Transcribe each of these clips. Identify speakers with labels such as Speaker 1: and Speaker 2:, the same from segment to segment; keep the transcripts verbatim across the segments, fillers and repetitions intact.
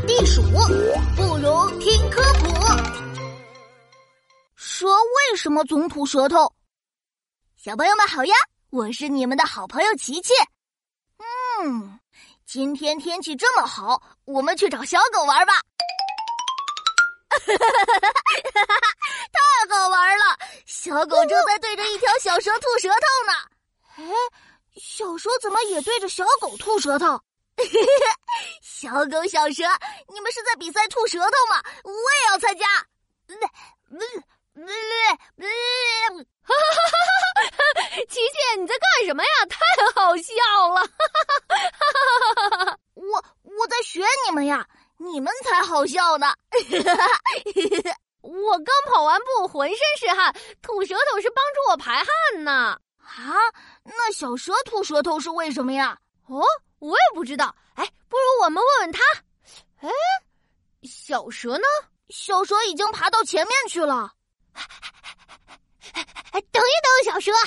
Speaker 1: 地鼠，不如听科普。蛇为什么总吐舌头？小朋友们好呀，我是你们的好朋友琪琪。嗯，今天天气这么好，我们去找小狗玩吧。太好玩了，小狗正在对着一条小蛇吐舌头呢。哎，小蛇怎么也对着小狗吐舌头？小狗小蛇，你们是在比赛吐舌头吗？我也要参加。
Speaker 2: 琪琪，你在干什么呀？太好笑了。
Speaker 1: 我我在学你们呀，你们才好笑呢。
Speaker 2: 我刚跑完步，浑身是汗，吐舌头是帮助我排汗呢。
Speaker 1: 啊，那小蛇吐舌头是为什么呀？
Speaker 2: 哦，我也不知道。哎，不如我们问问他。哎，小蛇呢？
Speaker 1: 小蛇已经爬到前面去了。
Speaker 2: 哎，等一等，小蛇。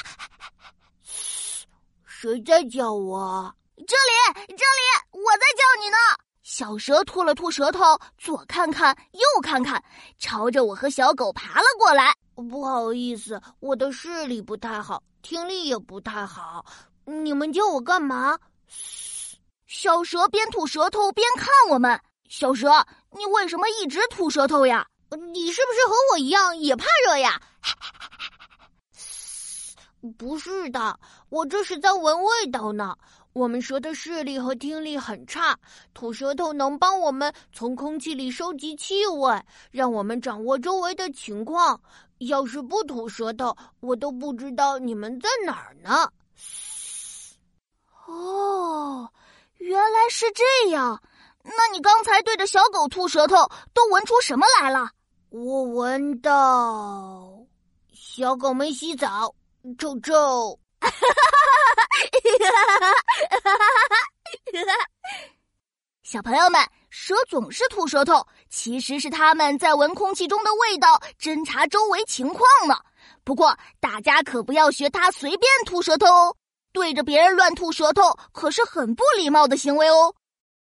Speaker 1: 谁在叫我？这里，这里，我在叫你呢。小蛇吐了吐舌头，左看看，右看看，朝着我和小狗爬了过来。
Speaker 2: 不好意思，我的视力不太好，听力也不太好，你们叫我干嘛？
Speaker 1: 小蛇边吐舌头边看我们。小蛇，你为什么一直吐舌头呀？
Speaker 2: 你是不是和我一样也怕热呀？不是的，我这是在闻味道呢。我们蛇的视力和听力很差，吐舌头能帮我们从空气里收集气味，让我们掌握周围的情况。要是不吐舌头，我都不知道你们在哪儿呢。
Speaker 1: 哦，原来是这样。那你刚才对着小狗吐舌头，都闻出什么来了？
Speaker 2: 我闻到小狗没洗澡，臭臭。
Speaker 1: 小朋友们，蛇总是吐舌头，其实是它们在闻空气中的味道，侦查周围情况呢。不过大家可不要学它随便吐舌头哦，对着别人乱吐舌头可是很不礼貌的行为哦。